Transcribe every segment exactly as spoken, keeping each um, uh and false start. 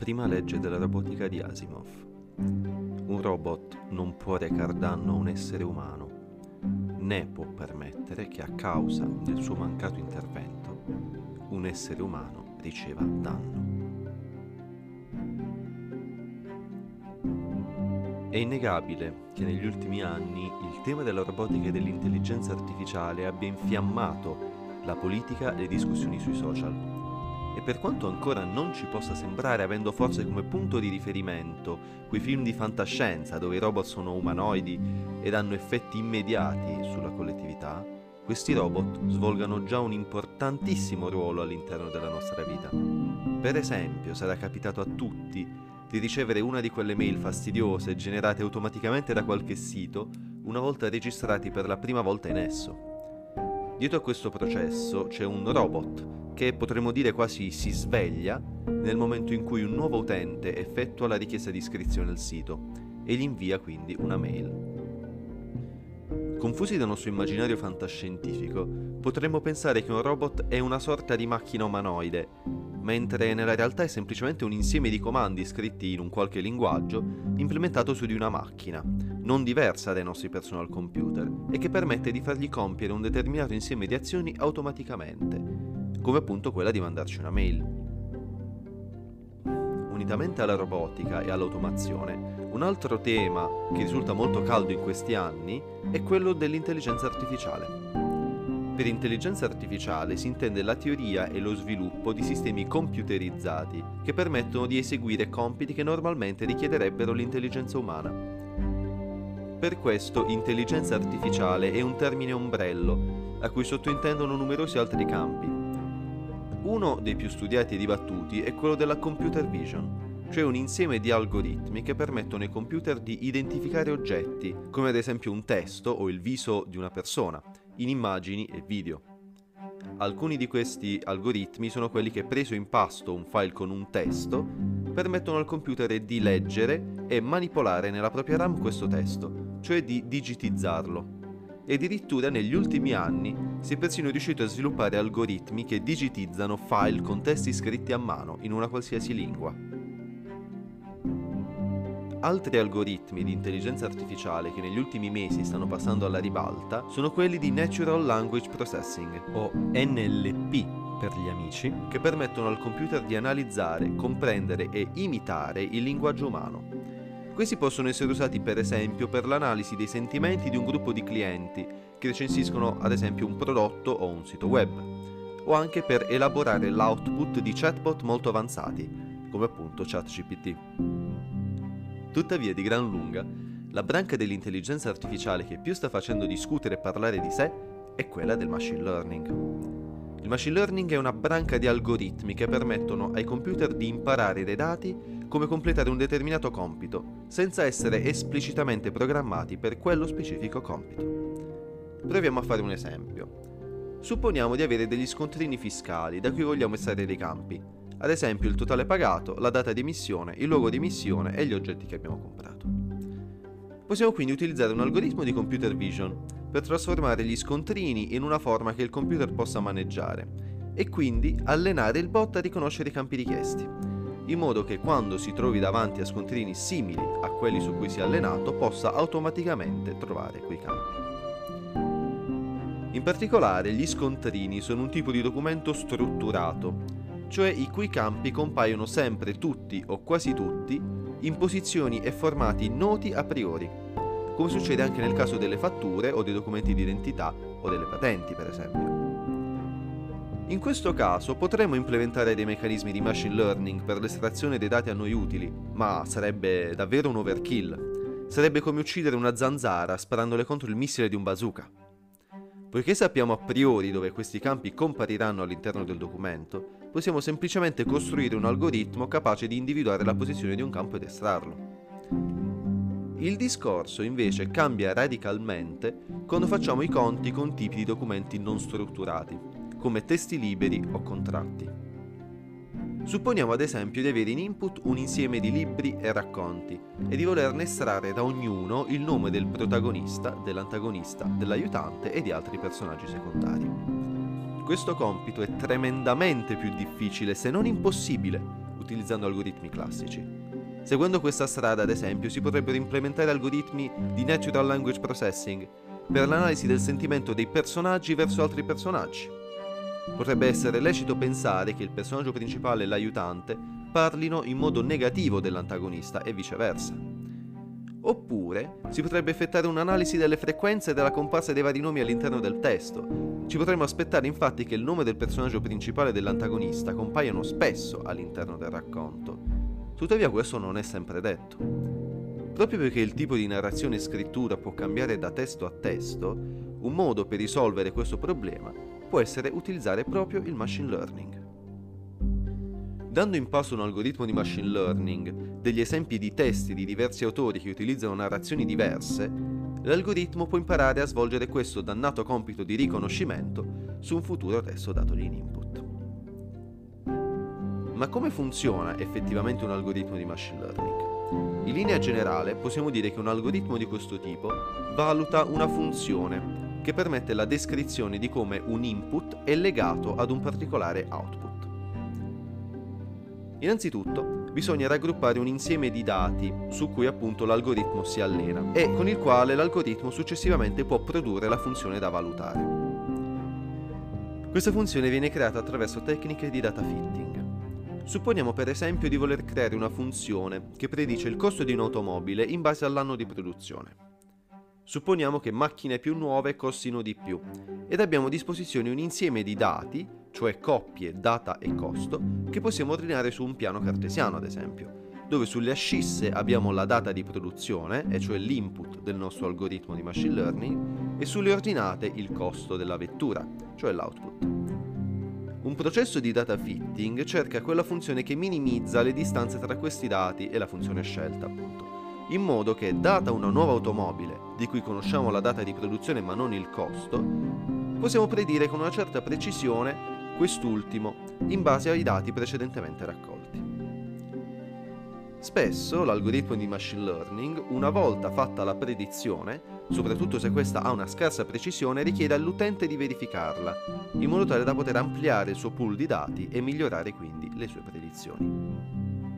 prima legge della robotica di Asimov. Un robot non può recar danno a un essere umano, né può permettere che a causa del suo mancato intervento un essere umano riceva danno. È innegabile che negli ultimi anni il tema della robotica e dell'intelligenza artificiale abbia infiammato la politica e le discussioni sui social. E per quanto ancora non ci possa sembrare, avendo forse come punto di riferimento quei film di fantascienza dove i robot sono umanoidi ed hanno effetti immediati sulla collettività, questi robot svolgano già un importantissimo ruolo all'interno della nostra vita. Per esempio, sarà capitato a tutti di ricevere una di quelle mail fastidiose generate automaticamente da qualche sito una volta registrati per la prima volta in esso. Dietro a questo processo c'è un robot che potremmo dire quasi si sveglia nel momento in cui un nuovo utente effettua la richiesta di iscrizione al sito e gli invia quindi una mail. Confusi dal nostro immaginario fantascientifico, potremmo pensare che un robot è una sorta di macchina umanoide, mentre nella realtà è semplicemente un insieme di comandi scritti in un qualche linguaggio implementato su di una macchina, non diversa dai nostri personal computer, e che permette di fargli compiere un determinato insieme di azioni automaticamente, come appunto quella di mandarci una mail. Unitamente alla robotica e all'automazione, un altro tema che risulta molto caldo in questi anni è quello dell'intelligenza artificiale. Per intelligenza artificiale si intende la teoria e lo sviluppo di sistemi computerizzati che permettono di eseguire compiti che normalmente richiederebbero l'intelligenza umana. Per questo intelligenza artificiale è un termine ombrello a cui sottointendono numerosi altri campi. Uno dei più studiati e dibattuti è quello della computer vision, cioè un insieme di algoritmi che permettono ai computer di identificare oggetti, come ad esempio un testo o il viso di una persona, in immagini e video. Alcuni di questi algoritmi sono quelli che, preso in pasto un file con un testo, permettono al computer di leggere e manipolare nella propria RAM questo testo, cioè di digitizzarlo. E addirittura negli ultimi anni si è persino riuscito a sviluppare algoritmi che digitizzano file con testi scritti a mano in una qualsiasi lingua. Altri algoritmi di intelligenza artificiale che negli ultimi mesi stanno passando alla ribalta sono quelli di Natural Language Processing, o N L P per gli amici, che permettono al computer di analizzare, comprendere e imitare il linguaggio umano. Questi possono essere usati per esempio per l'analisi dei sentimenti di un gruppo di clienti che recensiscono ad esempio un prodotto o un sito web, o anche per elaborare l'output di chatbot molto avanzati, come appunto ChatGPT. Tuttavia, di gran lunga, la branca dell'intelligenza artificiale che più sta facendo discutere e parlare di sé è quella del machine learning. Il machine learning è una branca di algoritmi che permettono ai computer di imparare dai dati come completare un determinato compito, senza essere esplicitamente programmati per quello specifico compito. Proviamo a fare un esempio. Supponiamo di avere degli scontrini fiscali da cui vogliamo estrarre dei campi, ad esempio il totale pagato, la data di emissione, il luogo di emissione e gli oggetti che abbiamo comprato. Possiamo quindi utilizzare un algoritmo di computer vision per trasformare gli scontrini in una forma che il computer possa maneggiare e quindi allenare il bot a riconoscere i campi richiesti, in modo che quando si trovi davanti a scontrini simili a quelli su cui si è allenato possa automaticamente trovare quei campi. In particolare, gli scontrini sono un tipo di documento strutturato, cioè i cui campi compaiono sempre tutti o quasi tutti in posizioni e formati noti a priori, come succede anche nel caso delle fatture o dei documenti di identità o delle patenti, per esempio. In questo caso potremmo implementare dei meccanismi di machine learning per l'estrazione dei dati a noi utili, ma sarebbe davvero un overkill. Sarebbe come uccidere una zanzara sparandole contro il missile di un bazooka. Poiché sappiamo a priori dove questi campi compariranno all'interno del documento, possiamo semplicemente costruire un algoritmo capace di individuare la posizione di un campo ed estrarlo. Il discorso invece cambia radicalmente quando facciamo i conti con tipi di documenti non strutturati, come testi liberi o contratti. Supponiamo ad esempio di avere in input un insieme di libri e racconti e di volerne estrarre da ognuno il nome del protagonista, dell'antagonista, dell'aiutante e di altri personaggi secondari. Questo compito è tremendamente più difficile, se non impossibile, utilizzando algoritmi classici. Seguendo questa strada, ad esempio, si potrebbero implementare algoritmi di Natural Language Processing per l'analisi del sentimento dei personaggi verso altri personaggi. Potrebbe essere lecito pensare che il personaggio principale e l'aiutante parlino in modo negativo dell'antagonista e viceversa. Oppure si potrebbe effettuare un'analisi delle frequenze della comparsa dei vari nomi all'interno del testo. Ci potremmo aspettare infatti che il nome del personaggio principale e dell'antagonista compaiano spesso all'interno del racconto. Tuttavia questo non è sempre detto. Proprio perché il tipo di narrazione e scrittura può cambiare da testo a testo, un modo per risolvere questo problema può essere utilizzare proprio il machine learning. Dando in pasto un algoritmo di machine learning degli esempi di testi di diversi autori che utilizzano narrazioni diverse, l'algoritmo può imparare a svolgere questo dannato compito di riconoscimento su un futuro testo datogli in input. Ma come funziona effettivamente un algoritmo di machine learning? In linea generale possiamo dire che un algoritmo di questo tipo valuta una funzione che permette la descrizione di come un input è legato ad un particolare output. Innanzitutto, bisogna raggruppare un insieme di dati su cui appunto l'algoritmo si allena e con il quale l'algoritmo successivamente può produrre la funzione da valutare. Questa funzione viene creata attraverso tecniche di data fitting. Supponiamo per esempio di voler creare una funzione che predice il costo di un'automobile in base all'anno di produzione. Supponiamo che macchine più nuove costino di più ed abbiamo a disposizione un insieme di dati, cioè coppie, data e costo, che possiamo ordinare su un piano cartesiano ad esempio, dove sulle ascisse abbiamo la data di produzione, e cioè l'input del nostro algoritmo di machine learning, e sulle ordinate il costo della vettura, cioè l'output. Un processo di data fitting cerca quella funzione che minimizza le distanze tra questi dati e la funzione scelta, appunto, in modo che, data una nuova automobile, di cui conosciamo la data di produzione ma non il costo, possiamo predire con una certa precisione quest'ultimo in base ai dati precedentemente raccolti. Spesso l'algoritmo di machine learning, una volta fatta la predizione, soprattutto se questa ha una scarsa precisione, richiede all'utente di verificarla, in modo tale da poter ampliare il suo pool di dati e migliorare quindi le sue predizioni.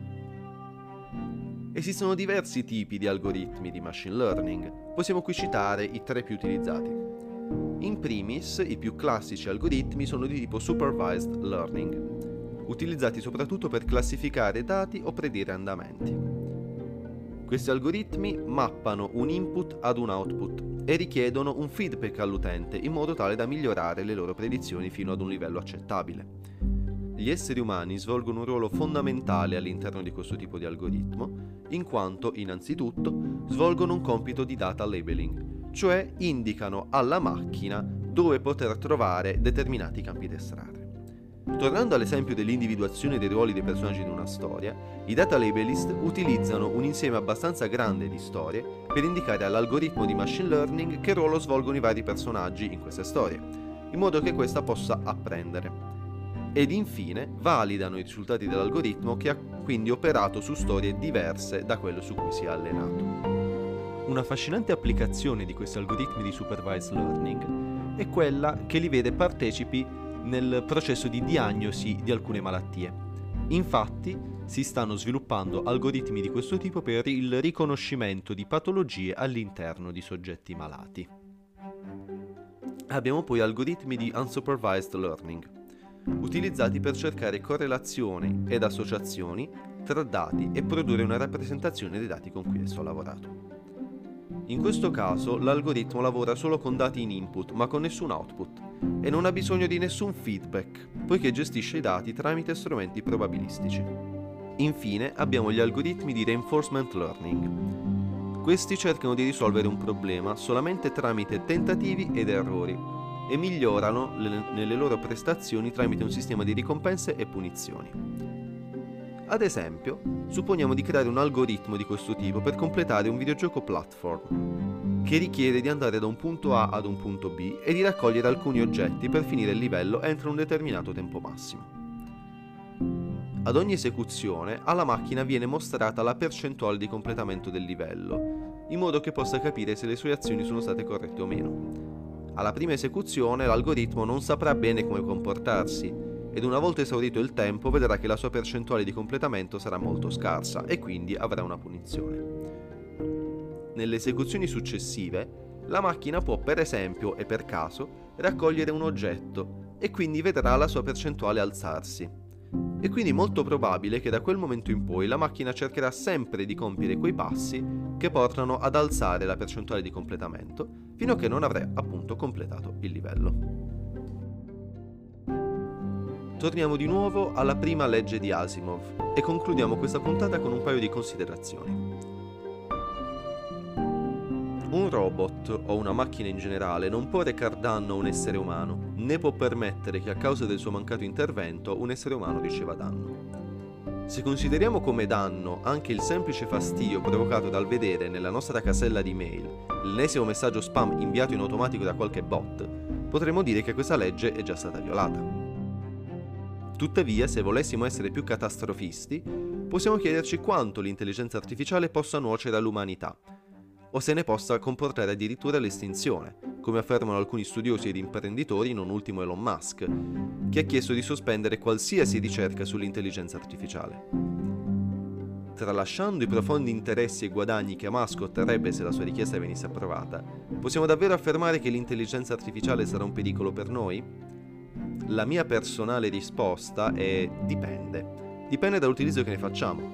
Esistono diversi tipi di algoritmi di machine learning, possiamo qui citare i tre più utilizzati. In primis, i più classici algoritmi sono di tipo supervised learning, utilizzati soprattutto per classificare dati o predire andamenti. Questi algoritmi mappano un input ad un output e richiedono un feedback all'utente in modo tale da migliorare le loro predizioni fino ad un livello accettabile. Gli esseri umani svolgono un ruolo fondamentale all'interno di questo tipo di algoritmo, in quanto, innanzitutto, svolgono un compito di data labeling, cioè indicano alla macchina dove poter trovare determinati campi da estrarre. Tornando all'esempio dell'individuazione dei ruoli dei personaggi di una storia, i data labelist utilizzano un insieme abbastanza grande di storie per indicare all'algoritmo di machine learning che ruolo svolgono i vari personaggi in queste storie, in modo che questa possa apprendere. Ed infine validano i risultati dell'algoritmo che ha quindi operato su storie diverse da quelle su cui si è allenato. Una affascinante applicazione di questi algoritmi di supervised learning è quella che li vede partecipi nel processo di diagnosi di alcune malattie. Infatti si stanno sviluppando algoritmi di questo tipo per il riconoscimento di patologie all'interno di soggetti malati. Abbiamo poi algoritmi di unsupervised learning, utilizzati per cercare correlazioni ed associazioni tra dati e produrre una rappresentazione dei dati con cui esso ha lavorato. In questo caso l'algoritmo lavora solo con dati in input ma con nessun output e non ha bisogno di nessun feedback, poiché gestisce i dati tramite strumenti probabilistici. Infine abbiamo gli algoritmi di reinforcement learning. Questi cercano di risolvere un problema solamente tramite tentativi ed errori e migliorano le, nelle loro prestazioni tramite un sistema di ricompense e punizioni. Ad esempio, supponiamo di creare un algoritmo di questo tipo per completare un videogioco platform, che richiede di andare da un punto A ad un punto B e di raccogliere alcuni oggetti per finire il livello entro un determinato tempo massimo. Ad ogni esecuzione, alla macchina viene mostrata la percentuale di completamento del livello, in modo che possa capire se le sue azioni sono state corrette o meno. Alla prima esecuzione l'algoritmo non saprà bene come comportarsi ed una volta esaurito il tempo vedrà che la sua percentuale di completamento sarà molto scarsa e quindi avrà una punizione. Nelle esecuzioni successive, la macchina può per esempio e per caso raccogliere un oggetto e quindi vedrà la sua percentuale alzarsi. È quindi molto probabile che da quel momento in poi la macchina cercherà sempre di compiere quei passi che portano ad alzare la percentuale di completamento fino a che non avrà appunto completato il livello. Torniamo di nuovo alla prima legge di Asimov e concludiamo questa puntata con un paio di considerazioni. Un robot o una macchina in generale non può recar danno a un essere umano, né può permettere che a causa del suo mancato intervento un essere umano riceva danno. Se consideriamo come danno anche il semplice fastidio provocato dal vedere nella nostra casella di mail l'ennesimo messaggio spam inviato in automatico da qualche bot, potremmo dire che questa legge è già stata violata. Tuttavia, se volessimo essere più catastrofisti, possiamo chiederci quanto l'intelligenza artificiale possa nuocere all'umanità, o se ne possa comportare addirittura l'estinzione, come affermano alcuni studiosi ed imprenditori, non ultimo Elon Musk, che ha chiesto di sospendere qualsiasi ricerca sull'intelligenza artificiale. Tralasciando i profondi interessi e guadagni che Musk otterrebbe se la sua richiesta venisse approvata, possiamo davvero affermare che l'intelligenza artificiale sarà un pericolo per noi? La mia personale risposta è dipende. Dipende dall'utilizzo che ne facciamo.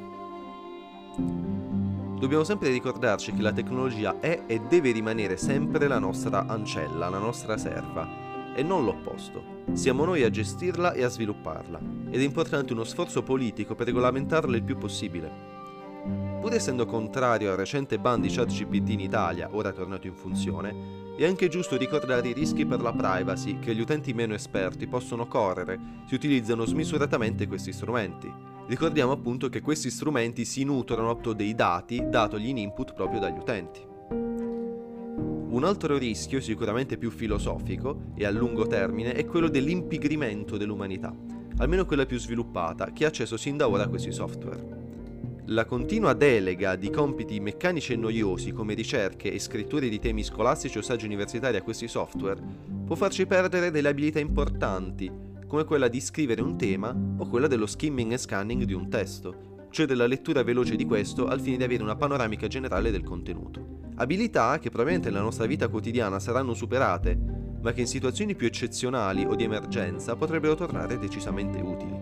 Dobbiamo sempre ricordarci che la tecnologia è e deve rimanere sempre la nostra ancella, la nostra serva, e non l'opposto. Siamo noi a gestirla e a svilupparla, ed è importante uno sforzo politico per regolamentarla il più possibile. Pur essendo contrario al recente ban di ChatGPT in Italia, ora tornato in funzione, è anche giusto ricordare i rischi per la privacy che gli utenti meno esperti possono correre se utilizzano smisuratamente questi strumenti. Ricordiamo appunto che questi strumenti si nutrono appunto dei dati datogli in input proprio dagli utenti. Un altro rischio, sicuramente più filosofico e a lungo termine, è quello dell'impigrimento dell'umanità, almeno quella più sviluppata, che ha accesso sin da ora a questi software. La continua delega di compiti meccanici e noiosi come ricerche e scritture di temi scolastici o saggi universitari a questi software può farci perdere delle abilità importanti, come quella di scrivere un tema o quella dello skimming e scanning di un testo, cioè della lettura veloce di questo al fine di avere una panoramica generale del contenuto. Abilità che probabilmente nella nostra vita quotidiana saranno superate, ma che in situazioni più eccezionali o di emergenza potrebbero tornare decisamente utili.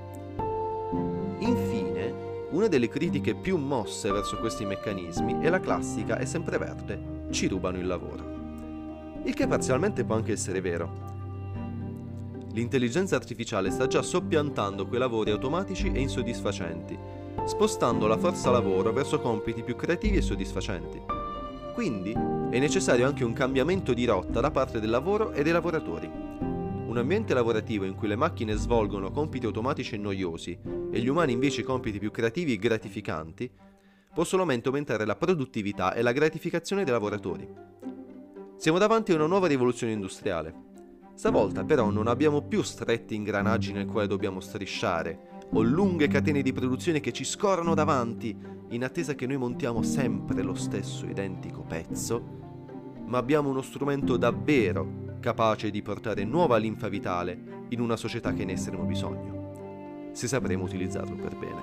Infine, una delle critiche più mosse verso questi meccanismi è la classica e sempreverde: ci rubano il lavoro. Il che parzialmente può anche essere vero. L'intelligenza artificiale sta già soppiantando quei lavori automatici e insoddisfacenti, spostando la forza lavoro verso compiti più creativi e soddisfacenti. Quindi è necessario anche un cambiamento di rotta da parte del lavoro e dei lavoratori. Un ambiente lavorativo in cui le macchine svolgono compiti automatici e noiosi e gli umani invece compiti più creativi e gratificanti può solamente aumentare la produttività e la gratificazione dei lavoratori. Siamo davanti a una nuova rivoluzione industriale. Stavolta però non abbiamo più stretti ingranaggi nel quale dobbiamo strisciare o lunghe catene di produzione che ci scorrono davanti in attesa che noi montiamo sempre lo stesso identico pezzo, ma abbiamo uno strumento davvero capace di portare nuova linfa vitale in una società che ne avremo bisogno, se sapremo utilizzarlo per bene.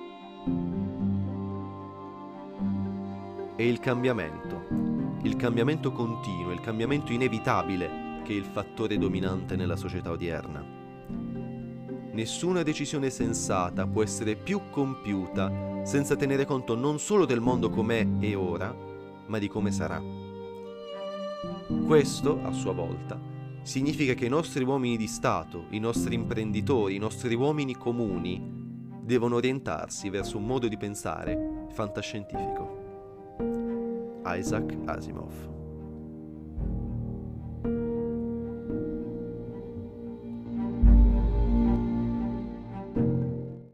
E il cambiamento, il cambiamento continuo, il cambiamento inevitabile che è il fattore dominante nella società odierna. Nessuna decisione sensata può essere più compiuta senza tenere conto non solo del mondo com'è e ora, ma di come sarà. Questo, a sua volta, significa che i nostri uomini di Stato, i nostri imprenditori, i nostri uomini comuni devono orientarsi verso un modo di pensare fantascientifico. Isaac Asimov.